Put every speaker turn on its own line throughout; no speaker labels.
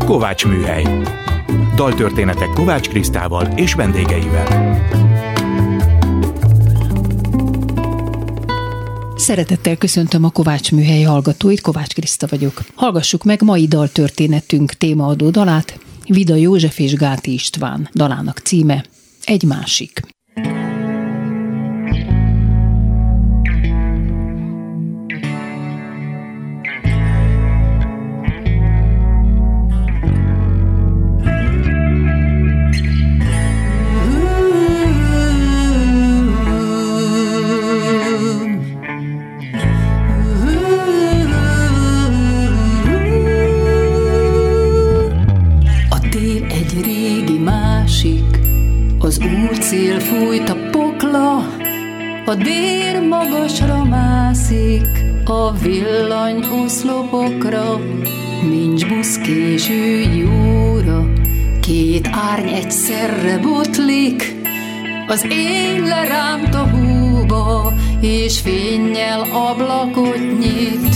Kovács Műhely. Daltörténetek Kovács Krisztával és vendégeivel.
Szeretettel köszöntöm a Kovács Műhely hallgatóit, Kovács Kriszta vagyok. Hallgassuk meg mai daltörténetünk témaadó dalát, Vida József és Gáti István dalának címe Egy másik.
Az útszél fújt a pokla, a dél magasra mászik, a villany oszlopokra, nincs busz késő jóra, két árny egyszerre botlik, az éj leránt a hóba, és fénnyel ablakot nyit.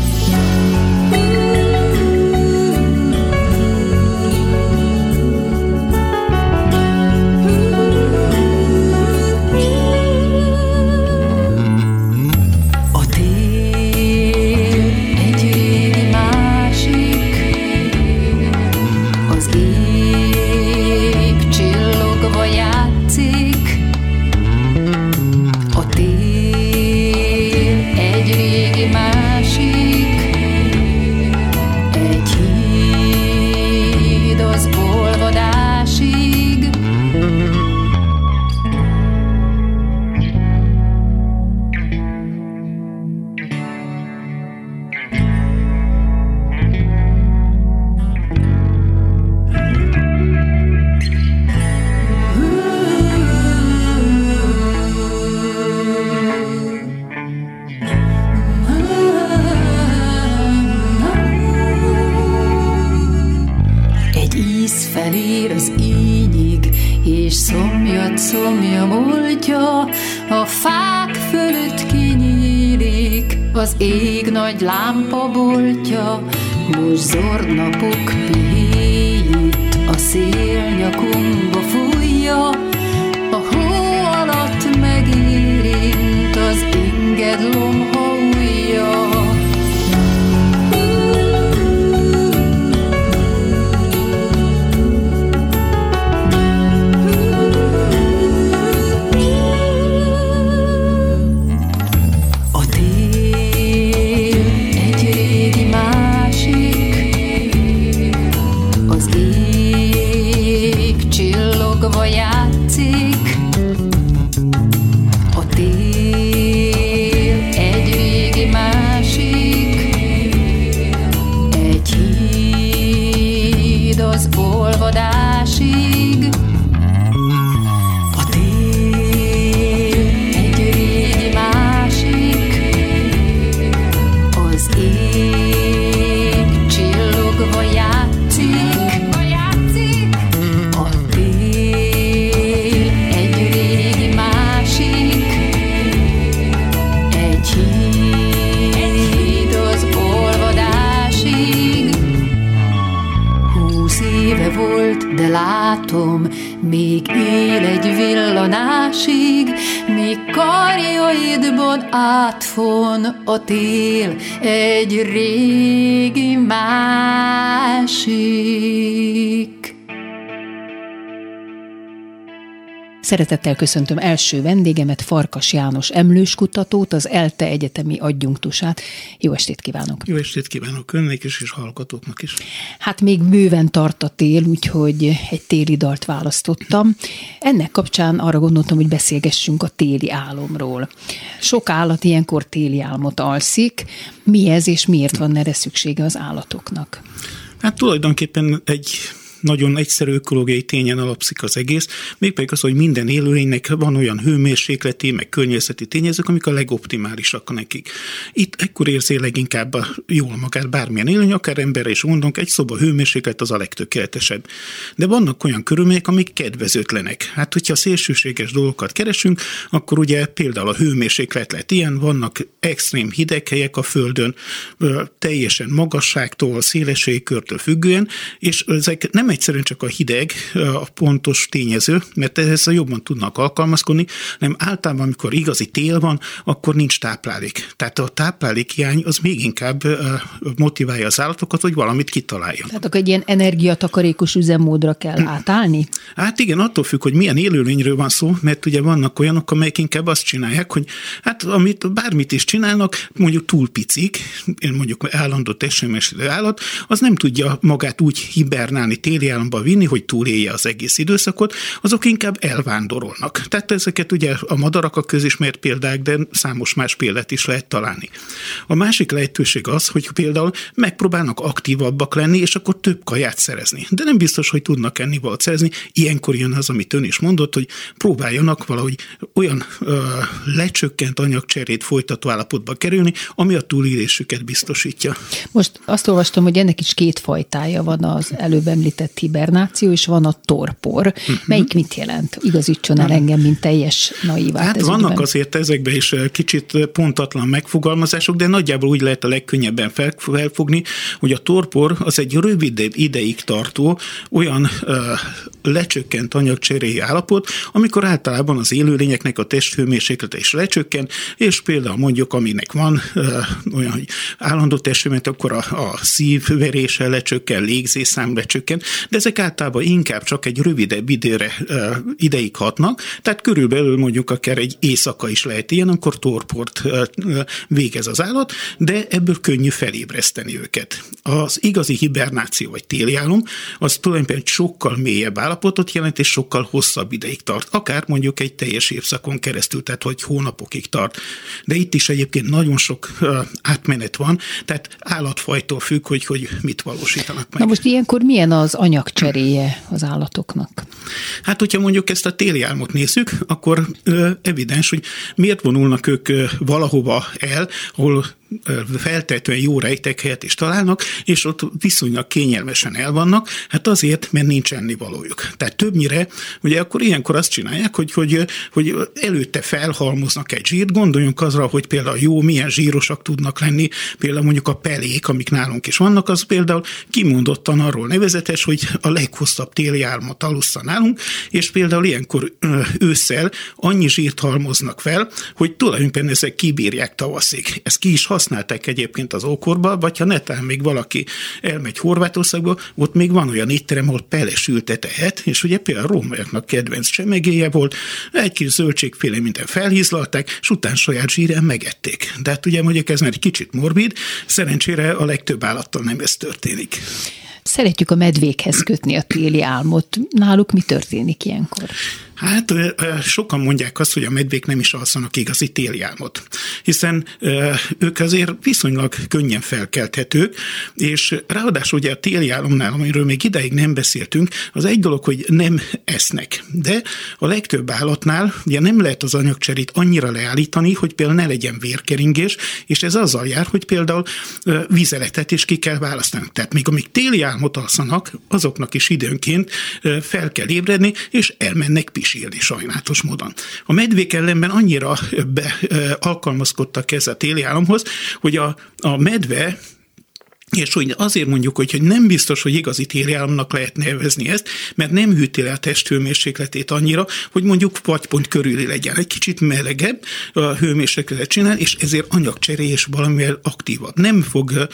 Felér az ínyig, és szomja múltja, a fák fölött kinyílik, az ég nagy lámpaboltja, most zord napok pihéjét, a szél nyakunkba fújja, a hó alatt megérint az inged lomha ujja. De látom, még él egy villanásig, még karjaidban átfon a tél egy régi másik.
Szeretettel köszöntöm első vendégemet, Farkas János emlőskutatót, az ELTE egyetemi adjunktusát. Jó estét kívánok!
Jó estét kívánok önnek is, és hallgatóknak is.
Hát még bőven tart a tél, úgyhogy egy téli dalt választottam. Ennek kapcsán arra gondoltam, hogy beszélgessünk a téli álomról. Sok állat ilyenkor téli álmot alszik. Mi ez, és miért van erre szüksége az állatoknak?
Hát tulajdonképpen egy nagyon egyszerű ökológiai tényen alapszik az egész, mégpedig az, hogy minden élőlénynek van olyan hőmérsékleti, meg környezeti tényezők, amik a legoptimálisak nekik. Itt ekkor érzi leginkább jól magát bármilyen élőlény, akár emberre is gondolunk, egy szoba hőmérséklet az a legtökéletesebb. De vannak olyan körülmények, amik kedvezőtlenek. Hát, hogyha szélsőséges dolgokat keresünk, akkor ugye például a hőmérséklet lett ilyen, vannak extrém hideg helyek a Földön, teljesen magasságtól, szélességkörtől függően, és ezek nem egyszerűen csak a hideg a pontos tényező, mert ehhez jobban tudnak alkalmazkodni, hanem általában, amikor igazi tél van, akkor nincs táplálék. Tehát a táplálékhiány az még inkább motiválja az állatokat, hogy valamit kitaláljon.
Tehát akkor egy ilyen energiatakarékos üzemmódra kell átállni? Hát
igen, attól függ, hogy milyen élőlényről van szó, mert ugye vannak olyanok, amelyek inkább azt csinálják, hogy hát amit bármit is csinálnak, mondjuk túl picik, mondjuk állandó testőmérsékletű állat, az nem tudja magát úgy hibernálni, téli állomba vinni, hogy túlélje az egész időszakot, azok inkább elvándorolnak. Tehát ezeket ugye a madarak a közismert példák, de számos más példát is lehet találni. A másik lehetőség az, hogy például megpróbálnak aktívabbak lenni, és akkor több kaját szerezni. De nem biztos, hogy tudnak ennivalót szerezni. Ilyenkor jön az, amit ön is mondott, hogy próbáljanak valahogy olyan lecsökkent anyagcserét folytató állapotba kerülni, ami a túlélésüket biztosítja.
Most azt olvastam, hogy ennek is két fajtája van, az előbb említett hibernáció, és van a torpor. Melyik mit jelent? Igazítson el engem, mint teljes naivát.
Hát vannak azért ezekben is kicsit pontatlan megfogalmazások, de nagyjából úgy lehet a legkönnyebben felfogni, hogy a torpor az egy rövidebb ideig tartó olyan lecsökkent anyagcseréi állapot, amikor általában az élőlényeknek a testhőmérséklete is lecsökken, és például mondjuk, aminek van olyan, hogy állandó testhőmérséklet, akkor a szívverése lecsökken, légzésszám lecsökken, de ezek általában inkább csak egy rövidebb ideig hatnak, tehát körülbelül mondjuk akár egy éjszaka is lehet ilyen, amikor torport végez az állat, de ebből könnyű felébreszteni őket. Az igazi hibernáció vagy téli álom, az tulajdonképpen sokkal mélyebb állapotot jelent, és sokkal hosszabb ideig tart. Akár mondjuk egy teljes évszakon keresztül, tehát hogy hónapokig tart. De itt is egyébként nagyon sok átmenet van, tehát állatfajtól függ, hogy mit valósítanak meg.
Na most ilyenkor milyen az anyagcseréje az állatoknak?
Hát, hogyha mondjuk ezt a téli álmot nézzük, akkor evidens, hogy miért vonulnak ők valahova el, ahol feltehetően jó rejtekhelyet is találnak, és ott viszonylag kényelmesen el vannak, hát azért, mert nincs ennivalójuk. Tehát többnyire, ugye akkor ilyenkor azt csinálják, hogy előtte felhalmoznak egy zsírt, gondoljunk azra, hogy például jó, milyen zsírosak tudnak lenni, például mondjuk a pelék, amik nálunk is vannak, az például kimondottan arról nevezetes, hogy a leghosszabb téli álmat alussza nálunk, és például ilyenkor ősszel annyi zsírt halmoznak fel, hogy tulajdonképpen ezek kibírják tavaszig. Ezt ki is használták egyébként az ókorban, vagy ha netán még valaki elmegy Horvátországba, ott még van olyan étterem, ahol pelesültet ehet, és ugye például a rómaiaknak kedvenc csemegéje volt, egy kis zöldségféle minden felhízlalták, és után saját zsírán megették. De hát ugye mondjuk ez már egy kicsit morbid, szerencsére a legtöbb állattal nem ez történik.
Szeretjük a medvékhez kötni a téli álmot. Náluk mi történik ilyenkor?
Hát sokan mondják azt, hogy a medvék nem is alszanak igazi téli álmot, hiszen ők azért viszonylag könnyen felkelthetők, és ráadásul ugye a téli álomnál, amiről még ideig nem beszéltünk, az egy dolog, hogy nem esznek, de a legtöbb állatnál ugye nem lehet az anyagcserét annyira leállítani, hogy például ne legyen vérkeringés, és ez azzal jár, hogy például vizeletet is ki kell választani. Tehát még amíg téli álmot alszanak, azoknak is időnként fel kell ébredni, és elmennek pisilni sajnálatos módon. A medvék ellenben annyira alkalmazkodtak ez a téli álomhoz, hogy a medve, és hogy azért mondjuk, hogy nem biztos, hogy igazi téli álomnak lehet nevezni ezt, mert nem hűti le a testhőmérsékletét annyira, hogy mondjuk fagypont körüli legyen. Egy kicsit melegebb a hőmérsékletet csinál, és ezért anyagcseré és valamivel aktívabb. Nem fog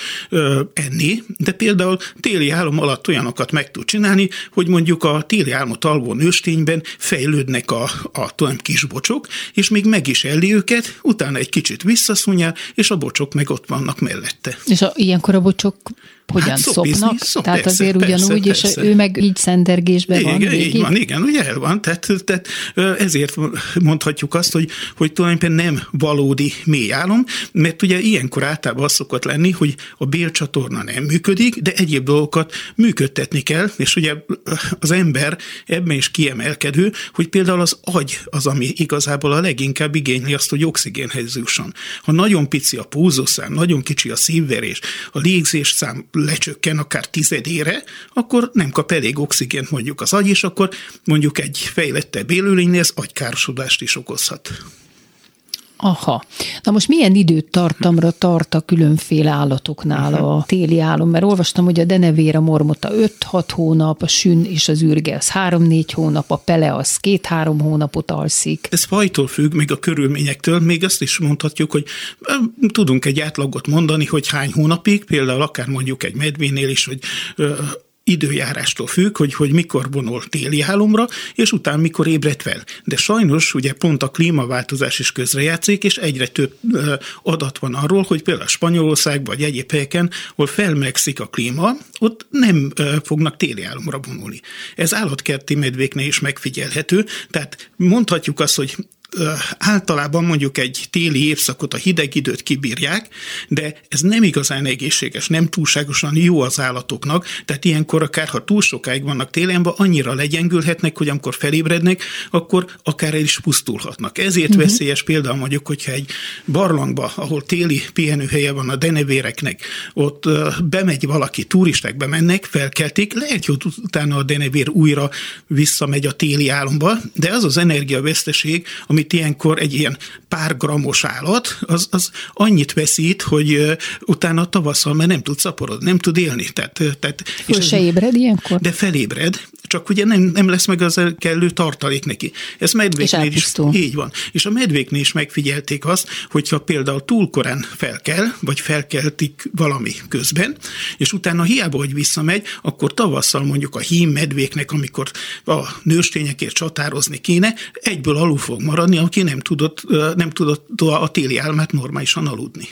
enni, de például téli álom alatt olyanokat meg tud csinálni, hogy mondjuk a téli álmot alvó nőstényben fejlődnek a kis bocsok, és még meg is elli őket, utána egy kicsit visszaszúnyál, és a bocsok meg ott vannak mellette.
És ilyenkor a bocsok hogyan szopnak? Tehát azért ugyanúgy, persze. És ő meg így szendergésben van.
Így van, igen, ugye el van. Tehát ezért mondhatjuk azt, hogy tulajdonképpen nem valódi mély álom, mert ugye ilyenkor általában az szokott lenni, hogy a bélcsatorna nem működik, de egyéb dolgokat működtetni kell, és ugye az ember ebben is kiemelkedő, hogy például az agy az, ami igazából a leginkább igényli azt, hogy oxigénhez jusson. Ha nagyon pici a pulzusszám, nagyon kicsi a szívverés, a légzésszám lecsökken akár 10-ére, akkor nem kap elég oxigént mondjuk az agy, és akkor mondjuk egy fejlettebb élőlénynél ez agykárosodást is okozhat.
Aha. Na most milyen időtartamra tart a különféle állatoknál a téli álom? Mert olvastam, hogy a denevér, a mormota 5-6 hónap, a sün és az ürge az 3-4 hónap, a pele az 2-3 hónapot alszik.
Ez fajtól függ, még a körülményektől, még azt is mondhatjuk, hogy tudunk egy átlagot mondani, hogy hány hónapig, például akár mondjuk egy medvénél is, hogy időjárástól függ, hogy mikor vonul téli álomra, és utána mikor ébred fel. De sajnos ugye pont a klímaváltozás is közrejátszik, és egyre több adat van arról, hogy például Spanyolországban vagy egyéb helyeken, ahol felmelegszik a klíma, ott nem fognak téli álomra vonulni. Ez állatkerti medvéknél is megfigyelhető, tehát mondhatjuk azt, hogy általában mondjuk egy téli évszakot, a hideg időt kibírják, de ez nem igazán egészséges, nem túlságosan jó az állatoknak, tehát ilyenkor akár, ha túl sokáig vannak télenben, annyira legyengülhetnek, hogy amikor felébrednek, akkor akár el is pusztulhatnak. Ezért veszélyes például mondjuk, hogyha egy barlangba, ahol téli pihenőhelye van a denevéreknek, ott bemegy valaki, turisták bemennek, felkeltik, lehet, hogy utána a denevér újra visszamegy a téli álomba, de az az energiaveszteség, amit ilyenkor egy ilyen pár grammos állat, az annyit veszít, hogy utána tavasszal már nem tud szaporodni, nem tud élni.
Föl se ébred ilyenkor?
De felébred, csak ugye nem lesz meg az kellő tartalék neki. Ez medvéknél is így van. És a medvéknél is megfigyelték azt, hogyha például túl korán felkel, vagy felkeltik valami közben, és utána hiába, hogy visszamegy, akkor tavasszal mondjuk a hím medvéknek, amikor a nőstényekért csatározni kéne, egyből alul fog maradni, aki nem tudott a téli álmát normálisan aludni.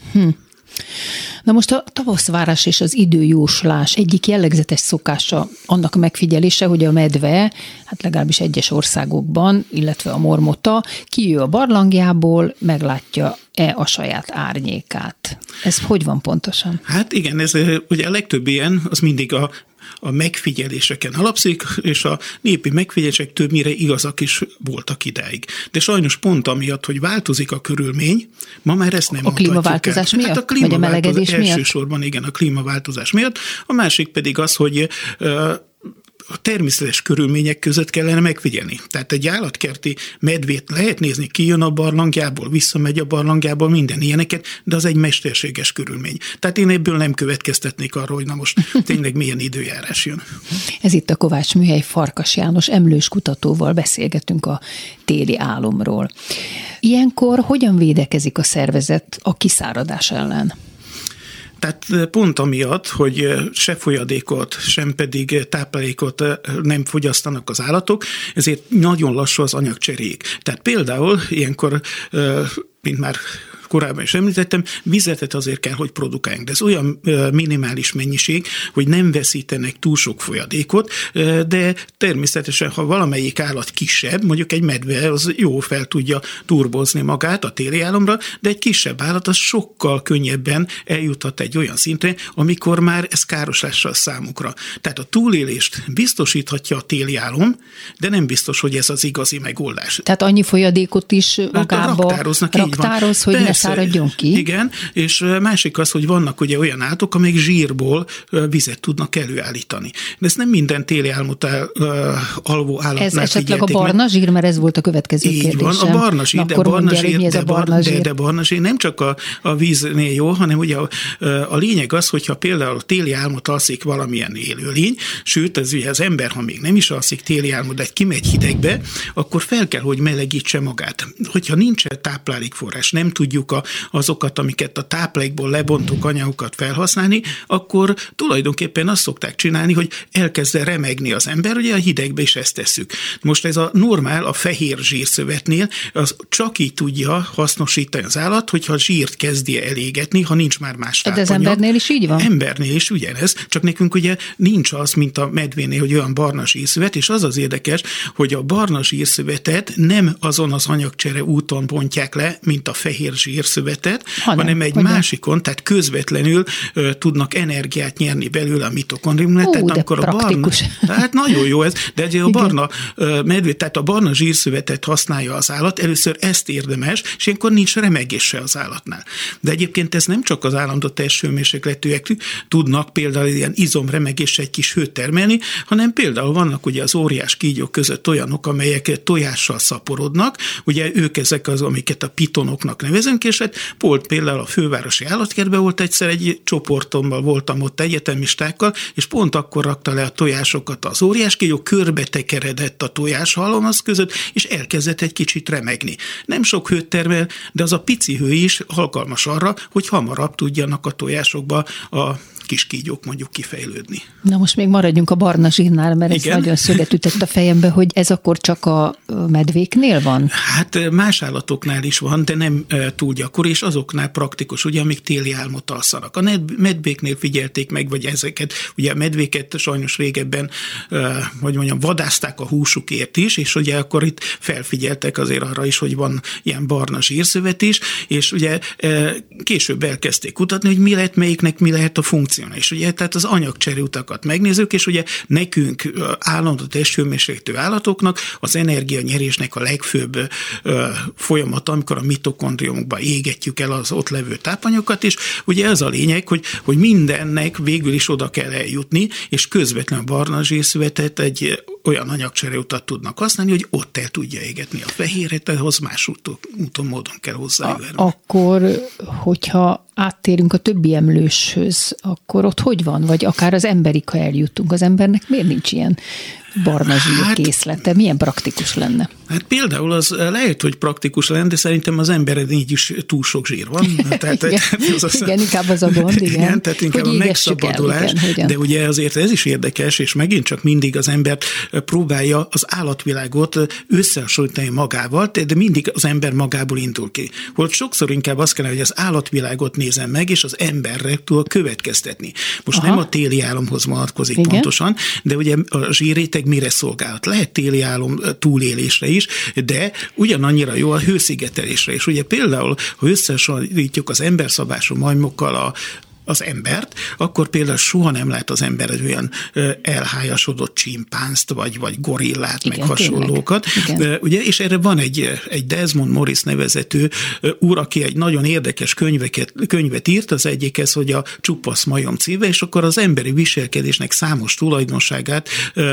Na most a tavaszvárás és az időjóslás egyik jellegzetes szokása annak a megfigyelése, hogy a medve, hát legalábbis egyes országokban, illetve a mormota kijön a barlangjából, meglátja-e a saját árnyékát. Ez hogy van pontosan?
Hát igen, ez ugye a legtöbb ilyen, az mindig a megfigyeléseken alapszik, és a népi megfigyelések többnyire igazak is voltak idáig. De sajnos pont amiatt, hogy változik a körülmény, ma már ezt nem mondhatjuk el.
A klímaváltozás miatt? Hát a klímaváltozás miatt?
Elsősorban igen, a klímaváltozás miatt. A másik pedig az, hogy a természetes körülmények között kellene megfigyelni. Tehát egy állatkerti medvét lehet nézni, kijön a barlangjából, visszamegy a barlangjából, minden ilyeneket, de az egy mesterséges körülmény. Tehát én ebből nem következtetnék arra, hogy na most tényleg milyen időjárás jön.
Ez itt a Kovács Műhely, Farkas János emlős kutatóval beszélgetünk a téli álomról. Ilyenkor hogyan védekezik a szervezet a kiszáradás ellen?
Tehát pont amiatt, hogy se folyadékot, sem pedig táplálékot nem fogyasztanak az állatok, ezért nagyon lassú az anyagcserék. Tehát például ilyenkor, mint már korábban is említettem, vizetet azért kell, hogy produkáljunk. De ez olyan minimális mennyiség, hogy nem veszítenek túl sok folyadékot, de természetesen, ha valamelyik állat kisebb, mondjuk egy medve, az jó fel tudja turbozni magát a téli álomra, de egy kisebb állat az sokkal könnyebben eljuthat egy olyan szintre, amikor már ez káros lesz a számukra. Tehát a túlélést biztosíthatja a téli álom, de nem biztos, hogy ez az igazi megoldás.
Tehát annyi folyadékot is magába raktároz, hogy ne száradjon ki.
Igen, és másik az, hogy vannak ugye olyan állatok, amelyek zsírból vizet tudnak előállítani. De ezt nem minden téli álmot alvó állatnál
ez esetleg a barna zsír, mert ez volt a következő kérdésem.
Így van, a barna zsír, de barna zsír nem csak a víznél jó, hanem ugye a lényeg az, hogyha például téli álmot alszik valamilyen élőlény, sőt, ez ugye az ember, ha még nem is alszik téli álmot, de kimegy hidegbe, akkor fel kell, hogy melegítse magát. Hogyha nincs táplálékforrás, nem tudjuk tudjuk azokat, amiket a táplálékból lebontó anyagokat felhasználni, akkor tulajdonképpen azt szokták csinálni, hogy elkezd remegni az ember, ugye a hidegbe is ezt tesszük. Most ez a normál, a fehér zsírszövetnél, az csak így tudja hasznosítani az állat, hogyha a zsírt kezdi elégetni, ha nincs már más tápanyag.
De az embernél is így van?
Embernél is ugyanez, csak nekünk ugye nincs az, mint a medvénél, hogy olyan barna zsírszövet, és az érdekes, hogy a barna zsírszövetet nem azon az anyagcsere úton bontják le, mint a fehér zsírszövetet, hanem egy másikon, tehát közvetlenül tudnak energiát nyerni belőle a mitokondriumnál. Tehát amikor
praktikus.
Hát nagyon jó ez, de a barna medvé, tehát a barna zsírszövetet használja az állat, először ezt érdemes, és ilyenkor nincs remegése az állatnál. De egyébként ez nem csak az állandó testhőmérsékletűek tudnak például ilyen izomremegéssel egy kis hőt termelni, hanem például vannak ugye az óriás kígyók között olyanok, amelyek tojással szaporodnak, ugye ők ezek az, amiket a pitonoknak nevezünk, és hát volt például a fővárosi állatkertben volt egyszer egy csoportommal, voltam ott egyetemistákkal, és pont akkor rakta le a tojásokat az óriás kígyó, körbe tekeredett a tojáshalomaz között, és elkezdett egy kicsit remegni. Nem sok hőt termel, de az a pici hő is alkalmas arra, hogy hamarabb tudjanak a tojásokba a kis kígyók mondjuk kifejlődni. Na
most még maradjunk a barna zsírnál, mert ez nagyon szöget ütött a fejembe, hogy ez akkor csak a medvéknél van?
Hát más állatoknál is van, de nem túl gyakori, és azoknál praktikus, ugye, amik téli álmot alszanak. A medvéknél figyelték meg, vagy ezeket, ugye a medvéket sajnos régebben, hogy mondjam, vadázták a húsukért is, és ugye akkor itt felfigyeltek azért arra is, hogy van ilyen barna zsírszövet is, és ugye később elkezdték kutatni, hogy mi lehet, melyiknek mi lehet a funkció. És ugye, tehát az anyagcsereutakat megnézzük, és ugye nekünk állandó testhőmérsékletű állatoknak az energianyerésnek a legfőbb folyamata, amikor a mitokondriumokba égetjük el az ott levő tápanyagokat, és ugye ez a lényeg, hogy mindennek végül is oda kell eljutni, és közvetlenül a barna zsírszövetet egy olyan anyagcsereutat tudnak használni, hogy ott el tudja égetni a fehéret, ahhoz más úton módon kell hozzájönni.
Akkor, hogyha áttérünk a többi emlőshöz, akkor ott hogy van? Vagy akár az emberig, ha eljutunk, az embernek miért nincs ilyen barna zsírkészlete? Milyen praktikus lenne?
Hát például az lehet, hogy praktikus lenne, de szerintem az embered így is túl sok zsír van. Tehát,
igen, inkább az a gond, igen.
Tehát inkább a megszabadulás, de ugye azért ez is érdekes, és megint csak mindig az ember próbálja az állatvilágot összehasonlítani magával, de mindig az ember magából indul ki. Hogy sokszor inkább azt kellene, hogy az állatvilágot nézem meg, és az emberre tudok következtetni. Most nem a téli álomhoz vonatkozik pontosan, de ugye a zsírréteg mire szolgálhat? Lehet téli álom túlélésre is, de ugyanannyira jó a hőszigetelésre is. Ugye például, ha összehasonlítjuk az emberszabású majmokkal az embert, akkor például soha nem lát az ember egy olyan elhályasodott csimpánzt, vagy gorillát, igen, meg hasonlókat. Ugye, és erre van egy Desmond Morris nevezetű úr, aki egy nagyon érdekes könyvet írt, az egyikhez, hogy a Csupasz majom címe, és akkor az emberi viselkedésnek számos tulajdonságát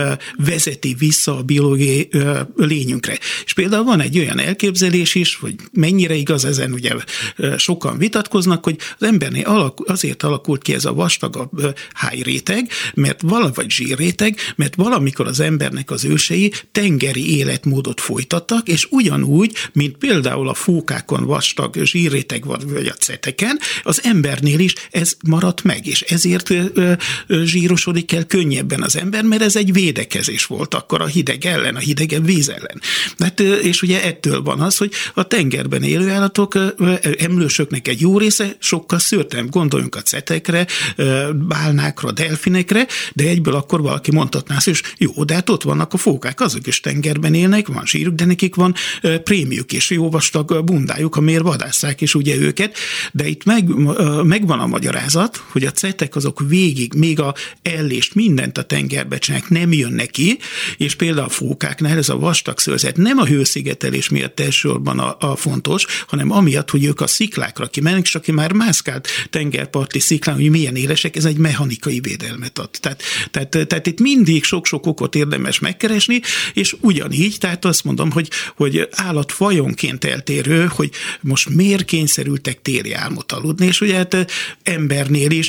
vezeti vissza a biológiai lényünkre. És például van egy olyan elképzelés is, hogy mennyire igaz, ezen ugye sokan vitatkoznak, hogy az embernél azért alakult ki ez a vastagabb hájréteg, vagy zsírréteg, mert valamikor az embernek az ősei tengeri életmódot folytattak, és ugyanúgy, mint például a fókákon vastag zsírréteg vagy a ceteken, az embernél is ez maradt meg, és ezért zsírosodik el könnyebben az ember, mert ez egy védekezés volt akkor a hideg ellen, a hidegebb víz ellen. Hát, és ugye ettől van az, hogy a tengerben élő állatok, emlősöknek egy jó része sokkal szőrtelen, gondoljunk a cetekre, bálnákra, delfinekre, de egyből akkor valaki mondhatná azt, és jó, de hát ott vannak a fókák, azok is tengerben élnek, van zsíruk, de nekik van prémiük és jó vastag bundájuk, amiért vadásszák is ugye őket, de itt megvan a magyarázat, hogy a cetek azok végig, még a ellést, mindent a tengerbe csinálják, nem jönnek ki, és például a fókáknál ez a vastag szőrzet nem a hőszigetelés miatt elsősorban a fontos, hanem amiatt, hogy ők a sziklákra kimennek, és aki már mászkált tengerparti sziklán, hogy milyen élesek, ez egy mechanikai védelmet ad. Tehát itt mindig sok-sok okot érdemes megkeresni, és ugyanígy, tehát azt mondom, hogy állatfajonként eltérő, hogy most miért kényszerültek téli álmot aludni, és ugye hát embernél is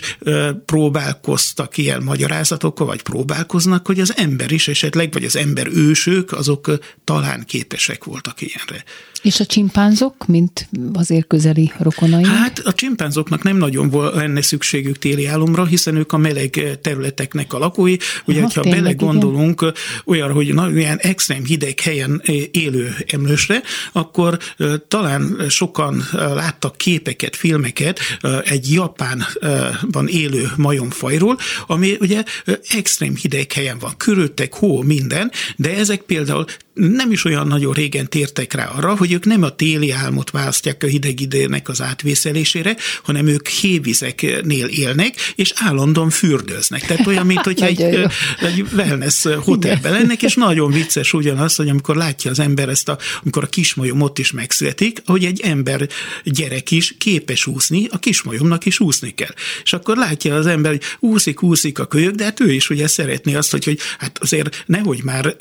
próbálkoztak ilyen magyarázatokkal, vagy próbálkoznak, hogy az ember is esetleg, vagy az ember ősök, azok talán képesek voltak ilyenre.
És a csimpánzok, mint azért közeli rokonaink? Hát
a csimpánzoknak nem nagyon lenne szükségük téli álomra, hiszen ők a meleg területeknek a lakói. Ugye, ha belegondolunk olyanra, hogy ilyen extrém hideg helyen élő emlősre, akkor talán sokan láttak képeket, filmeket egy Japánban élő majomfajról, ami ugye extrém hideg helyen van, körülöttek hó, minden, de ezek például nem is olyan nagyon régen tértek rá arra, hogy ők nem a téli álmot választják a hideg időnek az átvészelésére, hanem ők hévizeknél élnek, és állandóan fürdőznek. Tehát olyan, mint hogyha egy wellness hotelben lennek, és nagyon vicces ugyanaz, hogy amikor látja az ember amikor a kismajom ott is megszületik, hogy egy ember gyerek is képes úszni, a kismajomnak is úszni kell. És akkor látja az ember, hogy úszik a kölyök, de hát ő is ugye szeretné azt, hogy hát azért nehogy már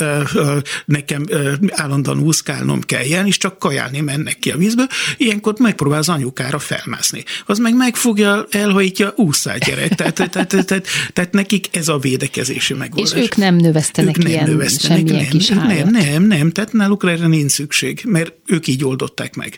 nekem állandóan úszkálnom kelljen, és csak kajálni mennek ki a vízből, ilyenkor megpróbál az anyukára felmászni. Az meg megfogja, elhajítja, ússzál gyerek. Tehát nekik ez a védekezési megoldás.
És ők nem növesztenek semmilyen kis hájat.
Nem, tehát náluk erre nincs szükség, mert ők így oldották meg.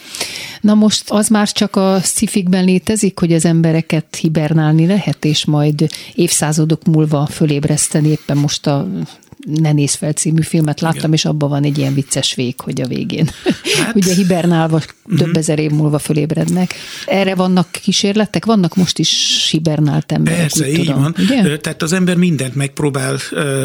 Na most az már csak a sci-fikben létezik, hogy az embereket hibernálni lehet, és majd évszázadok múlva fölébreszteni. Éppen most a Ne nézz fel című filmet láttam, igen. És abban van egy ilyen vicces vég, hogy a végén ugye hibernálva több ezer év múlva fölébrednek. Erre vannak kísérletek? Vannak most is hibernált emberek?
Persze, így tudom. Van. Ugye? Tehát az ember mindent megpróbál,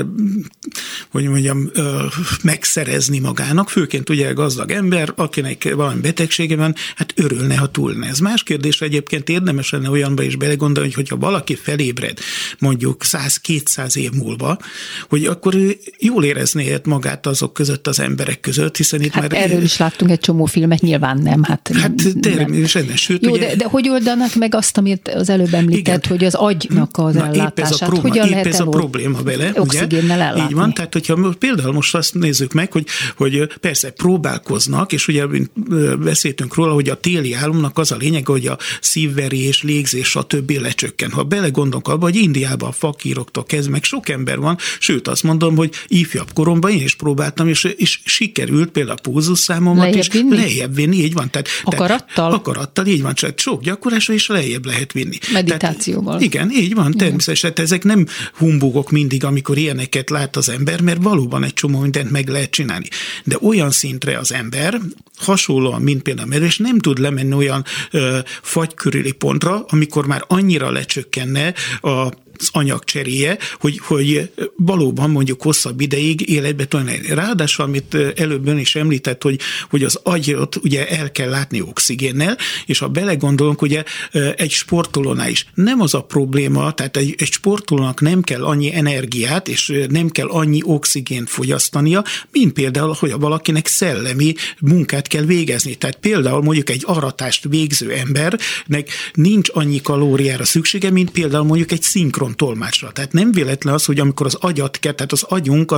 hogy mondjam, megszerezni magának, főként ugye gazdag ember, akinek valami betegsége van, hát örülne, ha túlne. Ez más kérdés, egyébként érdemes lenne olyanba is belegondolni, hogyha valaki felébred mondjuk 100-200 év múlva, hogy akkor ő jól érezné magát azok között, az emberek között, hiszen itt már...
Erről is láttunk egy csomó filmet, nyilván nem. Hát
természetesen. Sőt,
jó,
ugye,
de hogy oldanak meg azt, amit az előbb említett, hogy az agynak az ellátását, hogyan lehet
ez a probléma vele,
oxigénnel ellátni?
Így van, tehát hogyha például most azt nézzük meg, hogy persze próbálkoznak, és ugye beszéltünk róla, hogy a téli álomnak az a lényeg, hogy a szívverés, légzés, stb. Lecsökken. Ha belegondolunk abba, hogy Indiában a fakíroktól kezdve meg sok ember van, sőt azt mondom, hogy ifjabb koromban én is próbáltam, és sikerült például a pulzusszámomat is lejjebb vinni, így van. Tehát, akarattal, így van, csak sok gyakorlásra is lejjebb lehet vinni.
Meditációval.
Tehát, igen, így van, természetesen. Ezek nem humbugok mindig, amikor ilyeneket lát az ember, mert valóban egy csomó mindent meg lehet csinálni. De olyan szintre az ember, hasonlóan, mint például, és nem tud lemenni olyan fagy körüli pontra, amikor már annyira lecsökkenne az anyagcseréje, hogy valóban mondjuk hosszabb ideig életbe tudna lenni. Ráadásul, amit előbb ön is említett, hogy az agyat ugye el kell látni oxigénnel, és ha belegondolunk, ugye egy sportolónál is nem az a probléma, tehát egy sportolónak nem kell annyi energiát, és nem kell annyi oxigént fogyasztania, mint például, hogy valakinek szellemi munkát kell végezni. Tehát például mondjuk egy aratást végző embernek nincs annyi kalóriára szüksége, mint például mondjuk egy szinkron tolmácsra. Tehát nem véletlen az, hogy amikor az agyat kell, tehát az agyunk,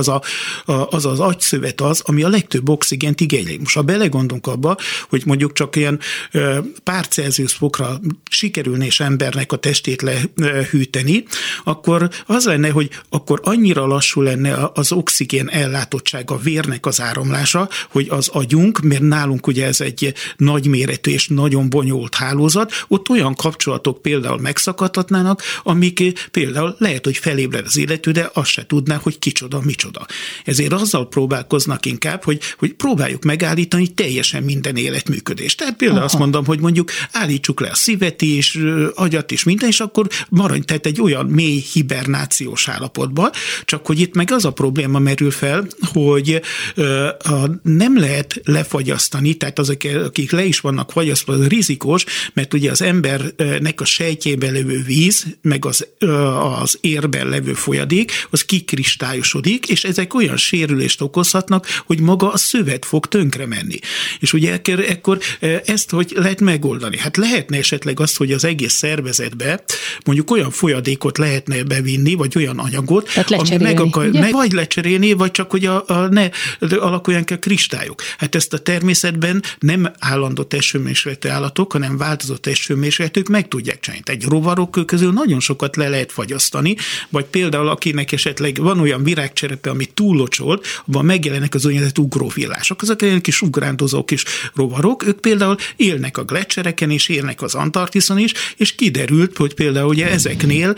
az agyszövet az, ami a legtöbb oxigént igényli. Most ha belegondolunk abba, hogy mondjuk csak ilyen pár Celsius fokra sikerülne és embernek a testét lehűteni, akkor az lenne, hogy akkor annyira lassú lenne az oxigén ellátottsága, a vérnek az áramlása, hogy az agyunk, mert nálunk ugye ez egy nagyméretű és nagyon bonyolult hálózat, ott olyan kapcsolatok például megszakadhatnának, amik például lehet, hogy felébred az illető, de azt se tudná, hogy kicsoda, micsoda. Ezért azzal próbálkoznak inkább, hogy próbáljuk megállítani teljesen minden életműködést. Tehát például azt mondom, hogy mondjuk állítsuk le a szívet is, agyat is, minden, és akkor maradj, tehát egy olyan mély hibernációs állapotba, csak hogy itt meg az a probléma merül fel, hogy nem lehet lefagyasztani, tehát azok, akik le is vannak fagyasztva, az rizikós, mert ugye az embernek a sejtjében lévő víz, meg az az érben levő folyadék, az kikristályosodik, és ezek olyan sérülést okozhatnak, hogy maga a szövet fog tönkre menni. És ugye ekkor ezt hogy lehet megoldani? Hát lehetne esetleg azt, hogy az egész szervezetbe mondjuk olyan folyadékot lehetne bevinni, vagy olyan anyagot, ami vagy lecserélni, vagy csak hogy ne alakuljanak a kristályok. Hát ezt a természetben nem állandó testhőmérsékletű állatok, hanem változó testhőmérsékletűk meg tudják csinálni. Egy rovarok közül nagyon sokat le lehet fagyasztani, vagy például akinek esetleg van olyan virágcserepe, ami túllocsolt, abban megjelennek az úgynevezett ugróvillások. Azok olyan kis ugrándozó kis rovarok, ők például élnek a gleccsereken és élnek az Antarktiszon is, és kiderült, hogy például ugye ezeknél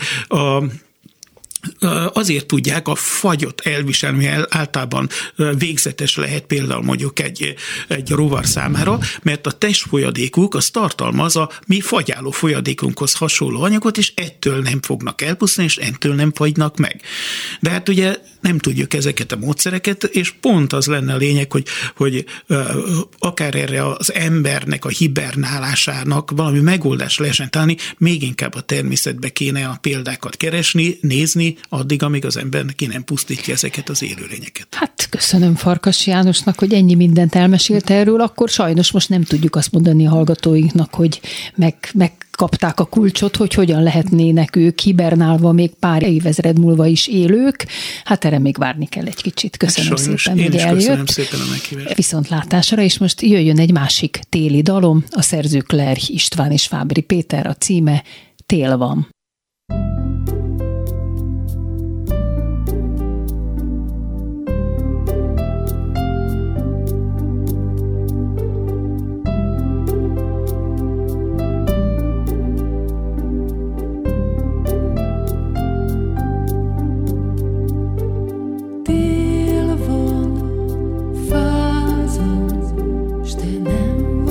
azért tudják a fagyot elviselni, általában végzetes lehet például mondjuk egy rovar számára, mert a testfolyadékuk az tartalmaz a mi fagyáló folyadékunkhoz hasonló anyagot, és ettől nem fognak elpusztulni, és ettől nem fagynak meg. De hát ugye nem tudjuk ezeket a módszereket, és pont az lenne a lényeg, hogy akár erre az embernek a hibernálásának valami megoldást lehessen találni, még inkább a természetbe kéne a példákat keresni, nézni, addig, amíg az ember ki nem pusztítja ezeket az élőlényeket.
Hát köszönöm Farkas Jánosnak, hogy ennyi mindent elmesélt erről, akkor sajnos most nem tudjuk azt mondani a hallgatóinknak, hogy megkapták a kulcsot, hogy hogyan lehetnének ők hibernálva még pár évezred múlva is élők. Hát erre még várni kell egy kicsit. Köszönöm szépen, hogy eljött.
Köszönöm szépen a meghívást.
Viszontlátásra, és most jöjjön egy másik téli dalom, a szerzők Lerch István és Fábry Péter, a címe Tél van.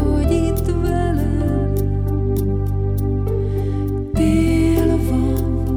Tél van,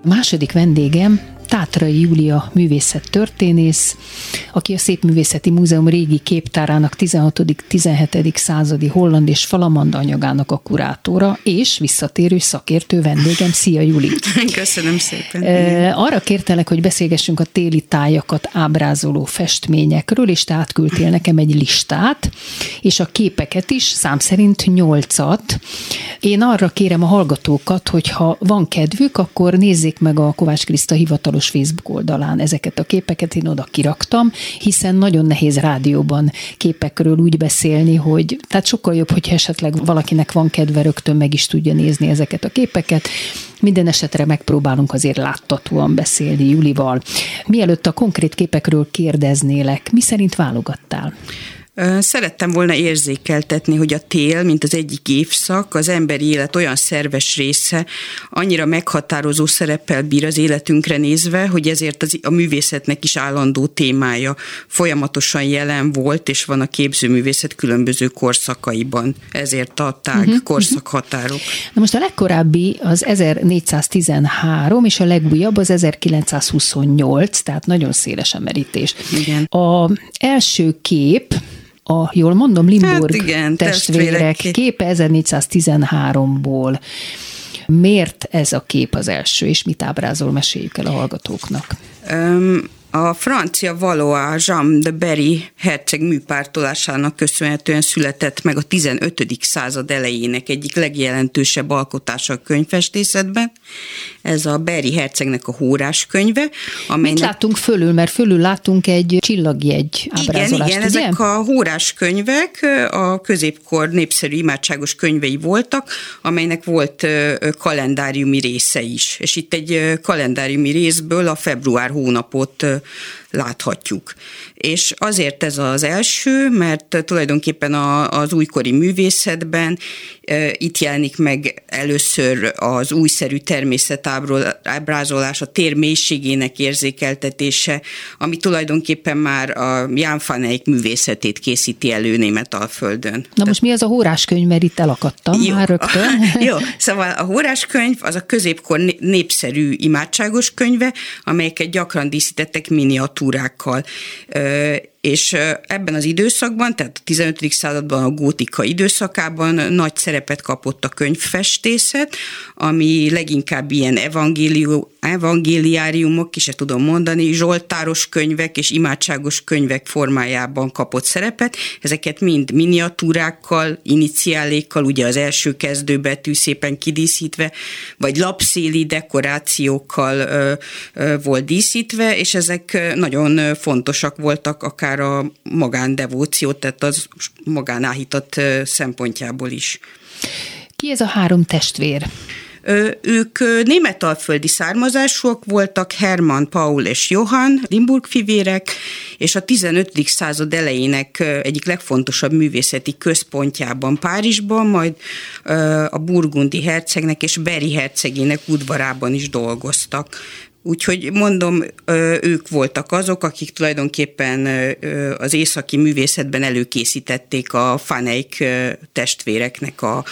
A második vendégem Tátrai Júlia művészettörténész, aki a Szépművészeti Múzeum régi képtárának 16.-17. századi holland és flamand anyagának a kurátora, és visszatérő szakértő vendégem. Szia, Juli!
Köszönöm szépen!
Arra kértelek, hogy beszélgessünk a téli tájakat ábrázoló festményekről, és te átküldtél nekem egy listát, és a képeket is, szám szerint 8-at. Én arra kérem a hallgatókat, hogy ha van kedvük, akkor nézzék meg a Kovács Kriszta hivatalos Facebook oldalán ezeket a képeket, én oda kiraktam, hiszen nagyon nehéz rádióban képekről úgy beszélni, hogy tehát sokkal jobb, hogy esetleg valakinek van kedve, rögtön meg is tudja nézni ezeket a képeket. Minden esetre megpróbálunk azért láthatóan beszélni Julival. Mielőtt a konkrét képekről kérdeznélek, mi szerint válogattál?
Szerettem volna érzékeltetni, hogy a tél, mint az egyik évszak, az emberi élet olyan szerves része, annyira meghatározó szereppel bír az életünkre nézve, hogy ezért a művészetnek is állandó témája folyamatosan jelen volt, és van a képzőművészet különböző korszakaiban. Ezért a tág korszakhatárok. Na
most a legkorábbi az 1413, és a legújabb az 1928, tehát nagyon széles a merítés.
Igen.
Az első kép, jól mondom, Limburg testvérek képe 1413-ból. Miért ez a kép az első, és mit ábrázol, meséljük el a hallgatóknak?
A francia Valois Jean de Berry herceg műpártolásának köszönhetően született meg a 15. század elejének egyik legjelentősebb alkotása a könyvfestészetben. Ez a Berry hercegnek a Hórás könyve.
Mit látunk fölül? Mert fölül látunk egy csillagjegy ábrázolást,
igen, ezek a Hórás könyvek a középkor népszerű imádságos könyvei voltak, amelynek volt kalendáriumi része is. És itt egy kalendáriumi részből a február hónapot láthatjuk. És azért ez az első, mert tulajdonképpen az újkori művészetben itt jelenik meg először az újszerű természetábrázolás, a tér mélységének érzékeltetése, ami tulajdonképpen már a Jan van Eyck művészetét készíti elő Németalföldön.
Na most mi az a Hórás könyv, mert itt elakadtam már rögtön.
Jó, szóval a Hórás könyv az a középkor népszerű imádságos könyve, amelyeket gyakran díszítettek miniatúrákkal. És ebben az időszakban, tehát a 15. században, a gótika időszakában nagy szerepet kapott a könyvfestészet, ami leginkább ilyen evangéliáriumok, ki se tudom mondani, zsoltáros könyvek és imádságos könyvek formájában kapott szerepet. Ezeket mind miniatúrákkal, iniciálékkal, ugye az első kezdőbetű szépen kidíszítve, vagy lapszéli dekorációkkal volt díszítve, és ezek nagyon fontosak voltak akár a magándevóció, tehát az magánáhítat szempontjából is.
Ki ez a három testvér?
Ők németalföldi származásúak voltak, Hermann, Paul és Johann, Limburg fivérek, és a 15. század elejének egyik legfontosabb művészeti központjában, Párizsban, majd a burgundi hercegnek és Berry hercegének udvarában is dolgoztak. Úgyhogy mondom, ők voltak azok, akik tulajdonképpen az északi művészetben előkészítették a Van Eyck testvéreknek a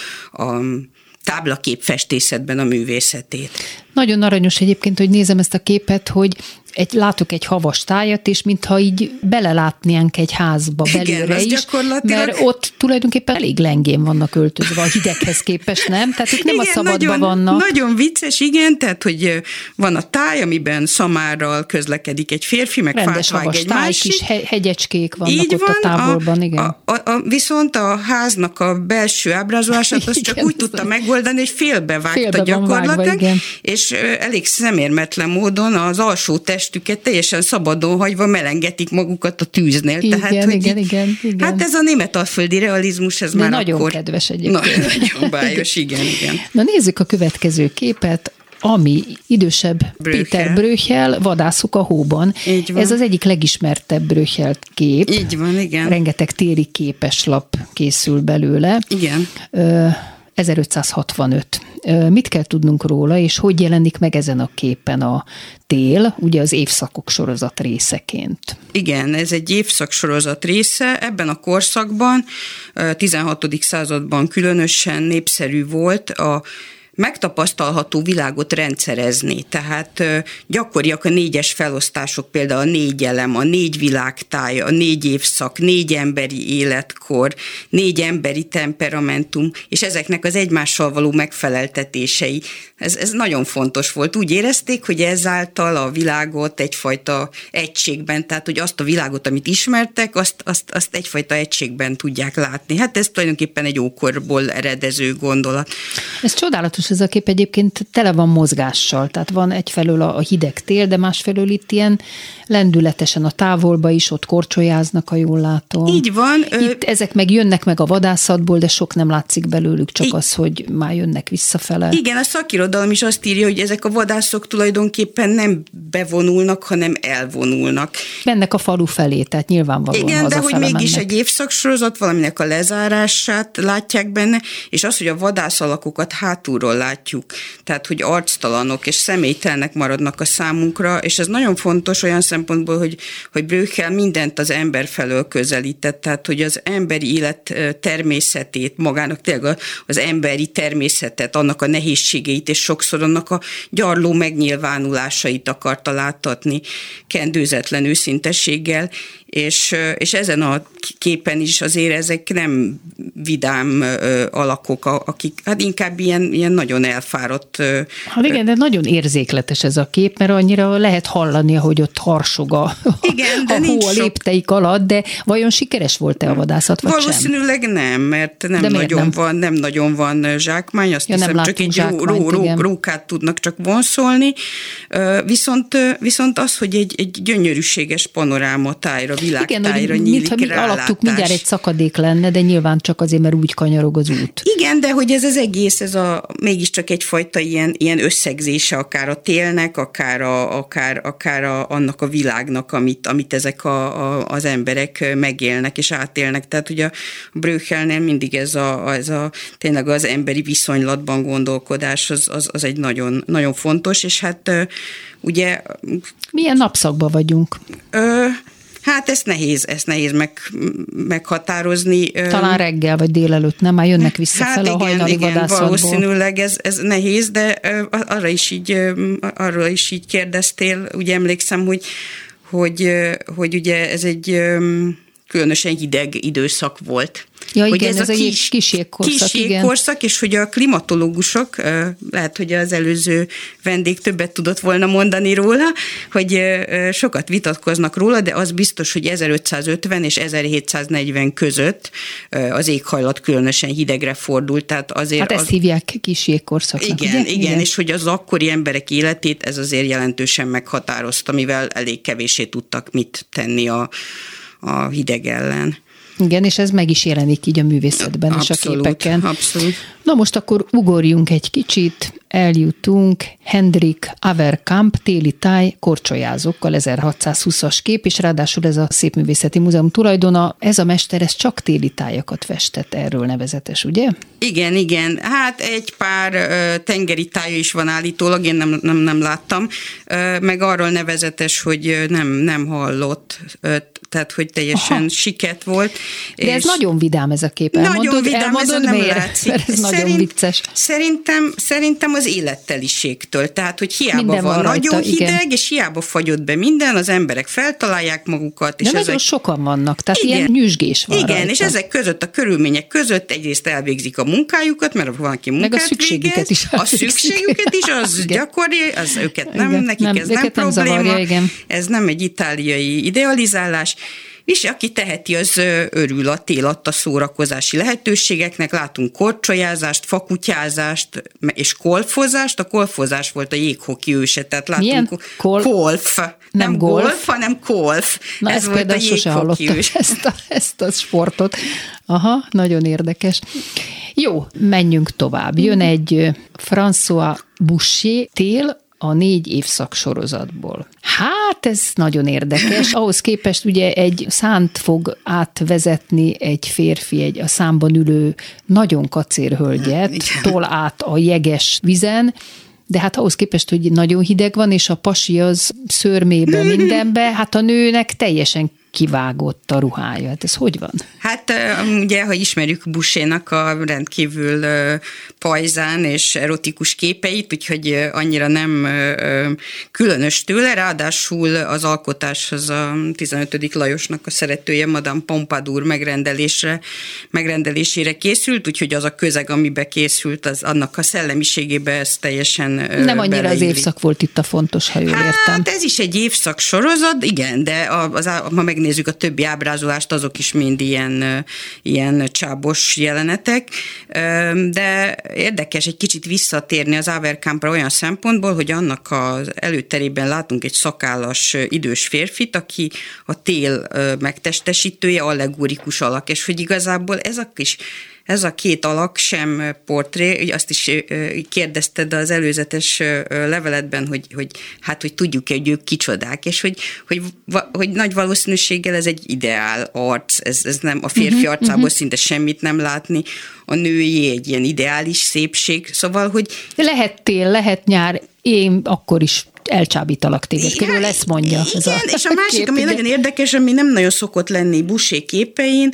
táblaképfestészetben a művészetét.
Nagyon aranyos egyébként, hogy nézem ezt a képet, hogy látok egy havas tájat, és mintha így belelátnánk egy házba belőle is, mert ott tulajdonképpen elég lengén vannak öltözve a hideghez képest, nem? Tehát itt nem igen, a szabadban vannak.
Nagyon vicces, igen, tehát hogy van a táj, amiben szamárral közlekedik egy férfi, meg
rendes
fát vág egy
táj,
másik.
Kis hegyecskék vannak
így
ott
van,
a távolban, igen.
Viszont a háznak a belső ábrázolását azt csak úgy tudta megoldani, hogy félbevágta gyakorlatilag, és elég szemérmetlen módon az alsó testüket teljesen szabadon hagyva melengetik magukat a tűznél.
Igen,
tehát,
igen.
Hát ez a németalföldi realizmus, ez
de
már
nagyon
akkor...
kedves egyébként.
Nagyon bájos, igen.
Na nézzük a következő képet, ami idősebb Péter Bruegel, Vadászok a hóban. Ez az egyik legismertebb Bruegel kép.
Így van, igen.
Rengeteg téli képeslap készül belőle.
Igen.
1565. Mit kell tudnunk róla, és hogy jelenik meg ezen a képen a tél, ugye az évszakok sorozat részeként?
Igen, ez egy évszak sorozat része. Ebben a korszakban, 16. században különösen népszerű volt a megtapasztalható világot rendszerezni. Tehát gyakoriak a 4-es felosztások, például a 4 elem, a 4 világtáj, a 4 évszak, 4 emberi életkor, 4 emberi temperamentum, és ezeknek az egymással való megfeleltetései. Ez nagyon fontos volt. Úgy érezték, hogy ezáltal a világot egyfajta egységben, tehát hogy azt a világot, amit ismertek, azt egyfajta egységben tudják látni. Hát ez tulajdonképpen egy ókorból eredező gondolat.
Ez csodálatos, ez a kép egyébként tele van mozgással, tehát van egyfelől a hideg tél, de másfelől itt ilyen lendületesen a távolba is, ott korcsolyáznak, ha jól látom.
Így van.
Itt ezek meg jönnek meg a vadászatból, de sok nem látszik belőlük, csak az, hogy már jönnek visszafele.
Igen, a szakirodalom is azt írja, hogy ezek a vadászok tulajdonképpen nem bevonulnak, hanem elvonulnak.
Mennek a falu felé, tehát nyilvánvalóan
igen, de hogy mégis
mennek.
egy évszaksorozat, valaminek a lezárását látják benne, és az, hogy a vadászalakokat hátulról látjuk, tehát hogy arctalanok és személytelnek maradnak a számunkra, és ez nagyon fontos olyan szempontból, hogy Blöchel mindent az ember felől közelített, tehát hogy az emberi élet természetét, magának tényleg az emberi természetet, annak a nehézségeit, és sokszor annak a gyarló megnyilvánulásait akarta láttatni kendőzetlen őszintességgel, és ezen a képen is azért ezek nem vidám alakok, akik hát inkább ilyen nagyon elfáradt.
Hát igen, de nagyon érzékletes ez a kép, mert annyira lehet hallani, hogy ott harsog a hó a lépteik alatt, de vajon sikeres volt-e a vadászat, vagy
valószínűleg
sem?
Nem, mert nem nagyon van zsákmány, azt hiszem, csak egy rókát tudnak csak vonszolni, viszont az, hogy egy gyönyörűséges panorámatájra, világtájra nyílik rálátás.
Alaptuk mindjárt egy szakadék lenne, de nyilván csak azért, mert úgy kanyarog az út.
Igen, de hogy ez az egész, mégiscsak egyfajta ilyen összegzése akár a télnek, akár annak a világnak, amit ezek az emberek megélnek és átélnek. Tehát ugye a Blöchelnél mindig ez a tényleg az emberi viszonylatban gondolkodás, az egy nagyon, nagyon fontos, és hát ugye...
Milyen napszakban vagyunk?
Hát ezt nehéz meghatározni. Talán
reggel vagy délelőtt, nem? Már jönnek vissza fel a hajnali vadászatból.
Valószínűleg ez nehéz, de arra is így kérdeztél, ugye emlékszem, hogy ugye ez egy különösen hideg időszak volt.
Ja, igen, ez a kis
jégkorszak, és hogy a klimatológusok, lehet, hogy az előző vendég többet tudott volna mondani róla, hogy sokat vitatkoznak róla, de az biztos, hogy 1550 és 1740 között az éghajlat különösen hidegre fordult. Tehát azért
hát ezt hívják kis jégkorszaknak.
Igen, és hogy az akkori emberek életét ez azért jelentősen meghatározta, mivel elég kevéssé tudtak mit tenni a hideg ellen.
Igen, és ez meg is jelenik így a művészetben és a képeken.
Abszolút.
Na most akkor ugorjunk egy kicsit, eljutunk Hendrik Averkamp téli táj korcsolyázókkal, 1620-as kép, és ráadásul ez a Szépművészeti Múzeum tulajdona. Ez a mester, ez csak téli tájakat festett, erről nevezetes, ugye?
Igen. Hát egy pár tengeri tája is van állítólag, én nem láttam, meg arról nevezetes, hogy nem hallott, tehát hogy teljesen siket volt.
De ez nagyon vidám ez a kép.
Nagyon vidám, ez nem látszik.
Mert ez nagyon vicces.
Szerintem az életteliségtől. Tehát, hogy hiába van nagyon hideg, igen. És hiába fagyott be minden, az emberek feltalálják magukat.
De és nagyon sokan vannak, tehát igen. Ilyen nyüzsgés van
igen,
rajta.
És ezek között, a körülmények között egyrészt elvégzik a munkájukat, mert van, aki munkát
meg a szükségüket
végez. A szükségüket is, az gyakori, az őket nekik ez nem probléma.
Zavarja, igen.
Ez nem egy itáliai idealizálás. És aki teheti, az örül a tél adta szórakozási lehetőségeknek. Látunk korcsolyázást, fakutyázást és kolfozást. A kolfozás volt a jéghoki őse. Tehát látunk kolf. Nem golf, hanem kolf.
Na, ez volt a jéghoki ős. Ezt a sportot. Aha, nagyon érdekes. Jó, menjünk tovább. Jön egy François Boucher tél, a 4 évszak sorozatból. Hát ez nagyon érdekes. Ahhoz képest ugye egy szánt fog átvezetni egy férfi, a számban ülő nagyon kacér hölgyet, tol át a jeges vizen, de hát ahhoz képest, hogy nagyon hideg van, és a pasi az szörmébe, mindenbe, hát a nőnek teljesen kivágott a ruhája. Hát ez hogy van?
Hát Hát ugye, ha ismerjük Bouchernak a rendkívül pajzán és erotikus képeit, úgyhogy annyira nem különös tőle, ráadásul az alkotáshoz a 15. Lajosnak a szeretője, Madame Pompadour megrendelésére készült, úgyhogy az a közeg, amiben készült, az annak a szellemiségébe ez teljesen
nem annyira
beleillik.
Az évszak volt itt a fontos, ha jól értem.
Hát ez is egy évszak sorozat, igen, de ha megnézzük a többi ábrázolást, azok is mind ilyen csábos jelenetek, de érdekes egy kicsit visszatérni az Averkampra olyan szempontból, hogy annak az előterében látunk egy szakállas idős férfit, aki a tél megtestesítője, allegorikus alak, és hogy igazából ez a két alak sem portré, azt is kérdezted az előzetes leveletben, hogy tudjuk-e, hogy ők kicsodák, és hogy nagy valószínűséggel ez egy ideál arc, ez nem a férfi arcából szinte semmit nem látni, a női egy ilyen ideális szépség, szóval, hogy...
Lehet tél, lehet nyár, én akkor is elcsábítalak téged, körül ezt mondja.
Igen, és a másik, ami nagyon érdekes, ami nem nagyon szokott lenni Boucher képein,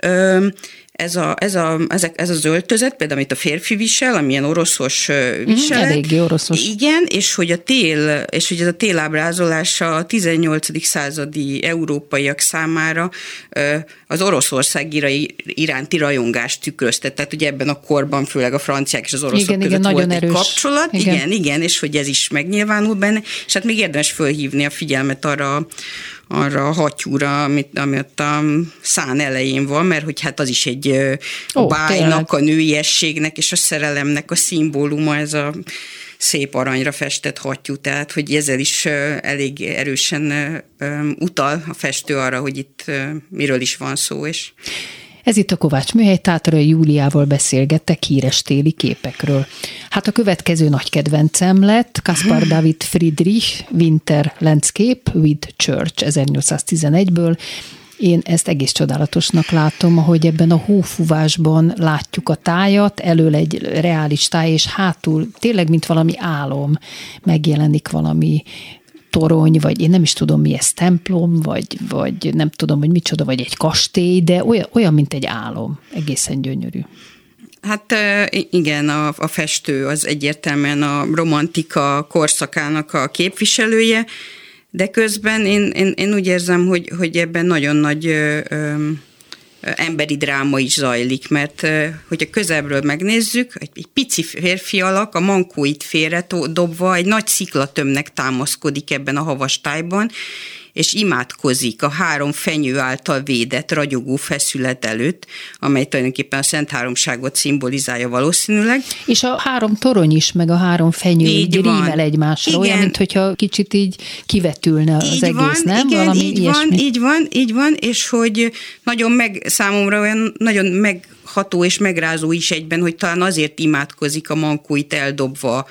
ez az öltözet, például amit a férfi visel, amilyen oroszos viselet.
Eléggé oroszos.
Igen, és hogy ez a télábrázolás a 18. századi európaiak számára az Oroszország iránti rajongást tükrözte. Tehát ugye ebben a korban főleg a franciák és az oroszok között volt egy kapcsolat. Igen, és hogy ez is megnyilvánul benne. És hát még érdemes fölhívni a figyelmet arra a hattyúra, ami ott a szán elején van, mert hogy hát az is egy bájnak, a nőiességnek és a szerelemnek a szimbóluma, ez a szép aranyra festett hattyú, tehát hogy ezzel is elég erősen utal a festő arra, hogy itt miről is van szó. És
ez itt a Kovács Műhely, Tátrai Júliával beszélgettek híres téli képekről. Hát a következő nagy kedvencem lett Caspar David Friedrich Winter Landscape with Church 1811-ből. Én ezt egész csodálatosnak látom, ahogy ebben a hófúvásban látjuk a tájat, elől egy reális táj, és hátul tényleg, mint valami álom megjelenik valami torony, vagy én nem is tudom, mi ez, templom, vagy nem tudom, hogy micsoda, vagy egy kastély, de olyan, mint egy álom. Egészen gyönyörű.
Hát igen, a festő az egyértelműen a romantika korszakának a képviselője, de közben én úgy érzem, hogy ebben nagyon nagy emberi dráma is zajlik, mert hogyha közelről megnézzük, egy pici férfi alak a mankóit félre dobva egy nagy sziklatömnek támaszkodik ebben a havas tájban, és imádkozik a 3 fenyő által védett ragyogó feszület előtt, amely tulajdonképpen a Szent Háromságot szimbolizálja valószínűleg. És
a 3 torony is, meg a 3 fenyő így rímel egymásra, igen. Olyan, mintha kicsit így kivetülne az így egész, van, nem?
Igen,
valami
így van, és hogy számomra olyan nagyon megható és megrázó is egyben, hogy talán azért imádkozik a mankóit eldobva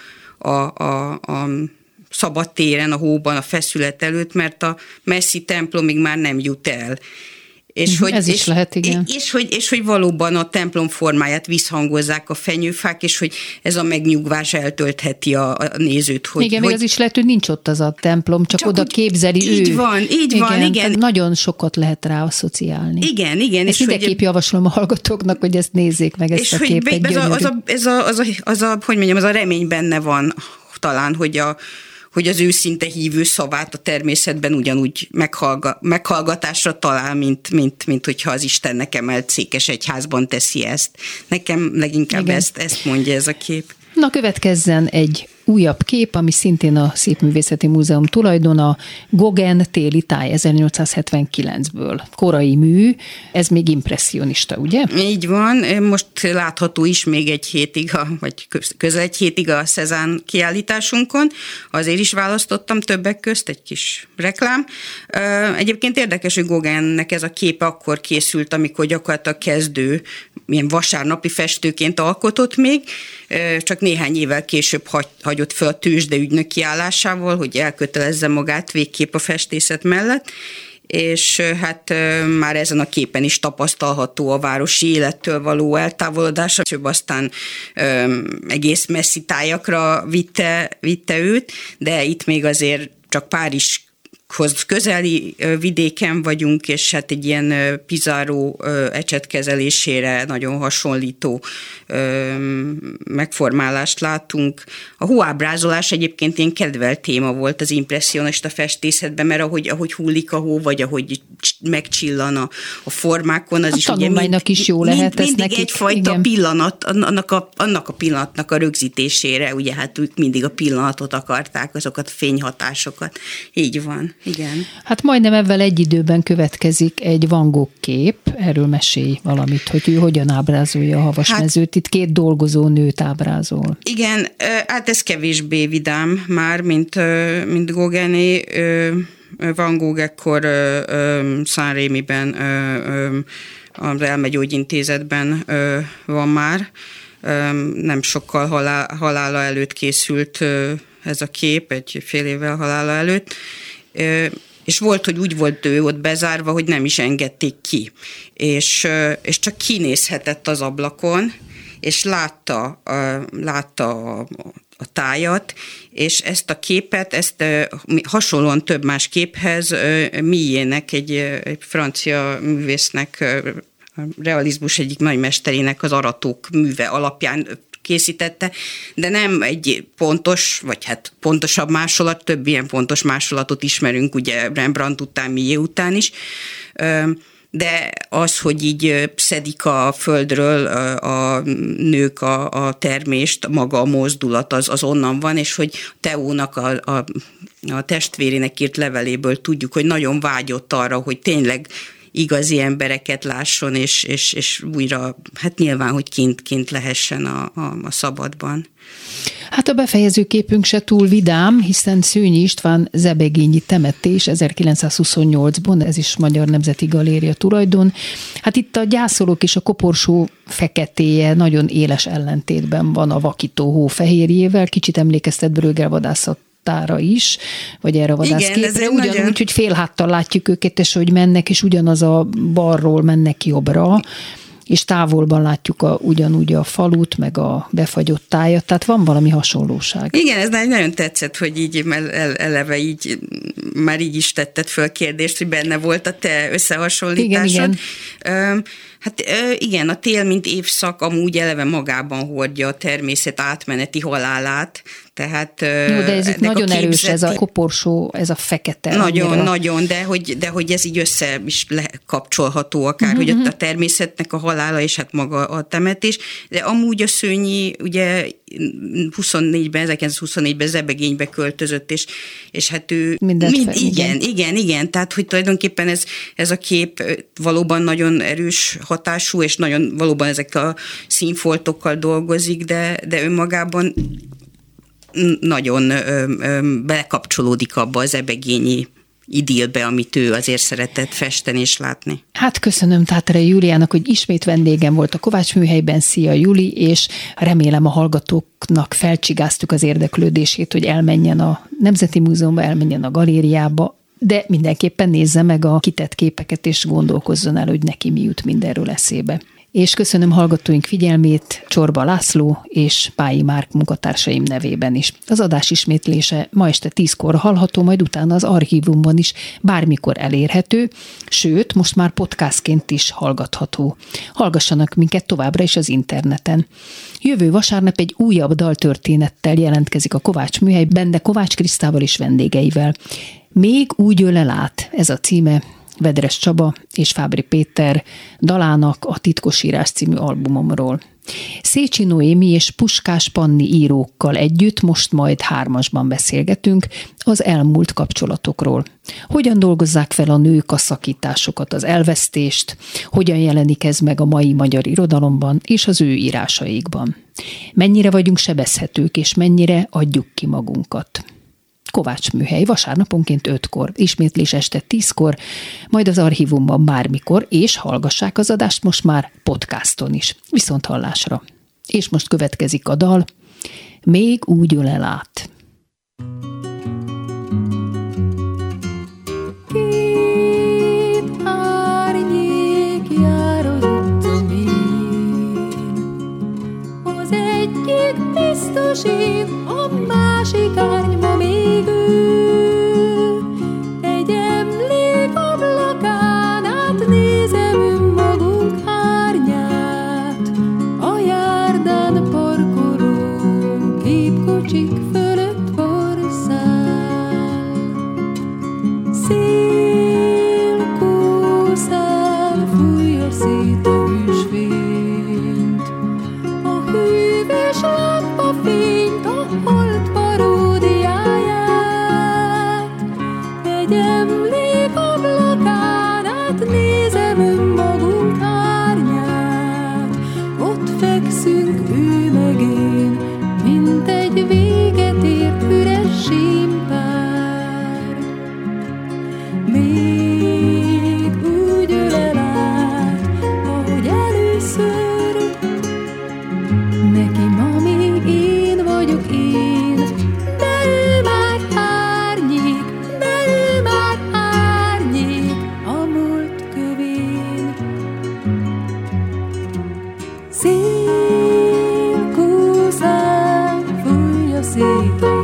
a szabad téren, a hóban, a feszület előtt, mert a messzi templomig már nem jut el.
És hogy, ez is lehet, igen.
És hogy valóban a templom formáját visszhangozzák a fenyőfák, és hogy ez a megnyugvás eltöltheti a nézőt.
Igen, még az is lehet, hogy nincs ott az a templom, csak oda képzeli ő.
Így van, igen.
Nagyon sokat lehet rá asszociálni.
Igen.
Ezt mindenképp javaslom a hallgatóknak, hogy ezt nézzék meg, ezt a képet.
Az a remény benne van talán, hogy az őszinte hívő szavát a természetben ugyanúgy meghallgatásra talál, mint hogyha az Istennek emelt székesegyházban teszi ezt. Nekem leginkább ezt mondja ez a kép.
Na, következzen egy újabb kép, ami szintén a Szépművészeti Múzeum tulajdona, Gauguin téli táj 1879-ből. Korai mű, ez még impresszionista, ugye?
Így van, most látható is még egy hétig, vagy közel egy hétig a Cézanne kiállításunkon, azért is választottam többek közt egy kis reklám. Egyébként érdekes, hogy Gauguinnek ez a kép akkor készült, amikor gyakorlatilag kezdő, milyen vasárnapi festőként alkotott még, csak néhány évvel később hagyott fel a tőzsdeügynöki állásával, hogy elkötelezze magát végképp a festészet mellett, és hát már ezen a képen is tapasztalható a városi élettől való eltávolodás, aztán egész messzi tájakra vitte őt, de itt még azért csak Párizs közeli vidéken vagyunk, és hát egy ilyen Pizarro ecsetkezelésére nagyon hasonlító megformálást látunk. A hóábrázolás egyébként ilyen kedvelt téma volt az impresszionista festészetben, mert ahogy hullik a hó, vagy ahogy megcsillan a formákon, az
a
is
tanulmánynak is jó lehet.
Mindig egyfajta pillanat, annak a pillanatnak a rögzítésére, ugye hát ők mindig a pillanatot akarták, azokat a fényhatásokat. Így van, igen.
Hát majdnem ebben egy időben következik egy Van Gogh kép, erről mesélj valamit, hogy ő hogyan ábrázolja a havasmezőt. Itt két dolgozó nőt ábrázol.
Igen, hát ez kevésbé vidám már, mint Gauguiné. Van Gogh ekkor Saint-Rémy-ben, az Elmegyógyintézetben van már. Nem sokkal halála előtt készült ez a kép, egy fél évvel halála előtt. És volt, hogy úgy volt ő ott bezárva, hogy nem is engedték ki. És csak kinézhetett az ablakon, és látta a tájat, és ezt a képet, hasonlóan több más képhez Millének, egy francia művésznek, realizmus egyik nagymesterének az Aratók műve alapján készítette, de nem egy pontos, vagy hát pontosabb másolat, több ilyen pontos másolatot ismerünk, ugye Rembrandt után, Millé után is, de az, hogy így szedik a földről a nők a termést, maga a mozdulat, az onnan van, és hogy Teónak a testvérének írt leveléből tudjuk, hogy nagyon vágyott arra, hogy tényleg igazi embereket lásson, és újra, hát nyilván, hogy kint lehessen a szabadban.
Hát a befejező képünk se túl vidám, hiszen Szőnyi István zebegényi temetés 1928-ban, ez is Magyar Nemzeti Galéria tulajdon. Hát itt a gyászolók és a koporsó feketéje nagyon éles ellentétben van a vakító hó fehérjével, kicsit emlékeztet Bruegel vadászatára is, vagy erre a vadászképre, ugyanúgy, hogy félháttal látjuk őket, és hogy mennek, és ugyanaz a balról mennek jobbra, és távolban látjuk ugyanúgy a falut, meg a befagyott tájat, tehát van valami hasonlóság.
Igen, ez nagyon tetszett, hogy így eleve így, már így is tetted föl kérdést, hogy benne volt a te összehasonlításod. Igen. Hát igen, a tél, mint évszak amúgy eleve magában hordja a természet átmeneti halálát, tehát...
Jó, de ez itt nagyon erős, ez a koporsó, ez a fekete.
Nagyon, de hogy ez így össze is kapcsolható akár, hogy ott a természetnek a halála, és hát maga a temetés, de amúgy a Szőnyi ugye 1924-ben Zebegénybe költözött, és hát ő... Igen, tehát hogy tulajdonképpen ez a kép valóban nagyon erős hatású, és nagyon valóban ezek a színfoltokkal dolgozik, de önmagában nagyon belekapcsolódik abba az zebegényi idillbe, amit ő azért szeretett festeni és látni.
Hát köszönöm Táterai Júliának, hogy ismét vendégem volt a Kovács Műhelyben. Szia Júli, és remélem a hallgatóknak felcsigáztuk az érdeklődését, hogy elmenjen a Nemzeti Múzeumba, elmenjen a galériába, de mindenképpen nézze meg a kitett képeket, és gondolkozzon el, hogy neki mi jut mindenről eszébe. És köszönöm hallgatóink figyelmét Csorba László és Pályi Márk munkatársaim nevében is. Az adás ismétlése ma este 10-kor hallható, majd utána az archívumban is bármikor elérhető, sőt, most már podcastként is hallgatható. Hallgassanak minket továbbra is az interneten. Jövő vasárnap egy újabb daltörténettel jelentkezik a Kovács Műhely, benne Kovács Krisztával és vendégeivel. Még úgy ölel át, ez a címe Vedres Csaba és Fábri Péter dalának a Titkosírás című albumomról. Szécsi Noémi és Puskás Panni írókkal együtt most majd 3-asban beszélgetünk az elmúlt kapcsolatokról. Hogyan dolgozzák fel a nők a szakításokat, az elvesztést, hogyan jelenik ez meg a mai magyar irodalomban és az ő írásaikban. Mennyire vagyunk sebezhetők, és mennyire adjuk ki magunkat. Kovács Műhely vasárnaponként 5-kor, ismétlés este 10-kor, majd az archívumban bármikor, és hallgassák az adást most már podcaston is. Viszont hallásra. És most következik a dal, Még úgy ölel át.
Két árnyék jár az utcon én, az egyik biztos én, a másik árnyma még ő. Egy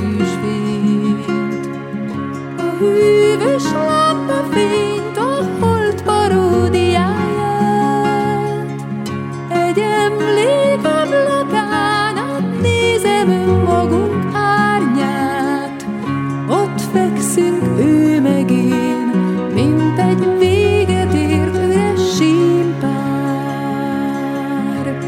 tűzsvényt, a hűvös lámpafényt, a hold paródiáját. Egy emlék ablakán át nézem önmagunk árnyát, ott fekszünk ő meg én, mint egy véget ért üres símpár.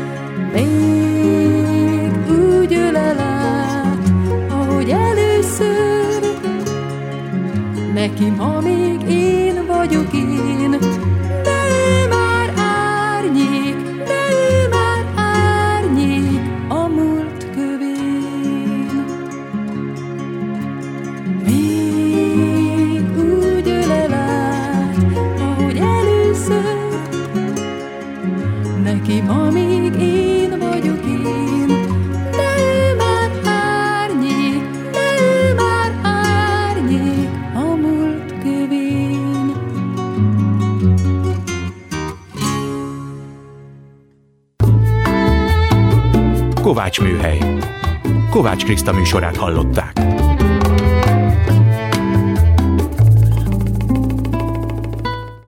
Még úgy ölel át, ahogy először, neki ma még én vagyok én, de ő már árnyék, de ő már árnyék a múlt kövén. Még úgy ölel át, ahogy először, neki ma még én vagyok én, de ő már árnyék, de ő már árnyék a múlt kövén.
Kovács Műhely. Kovács Kriszta műsorát hallották.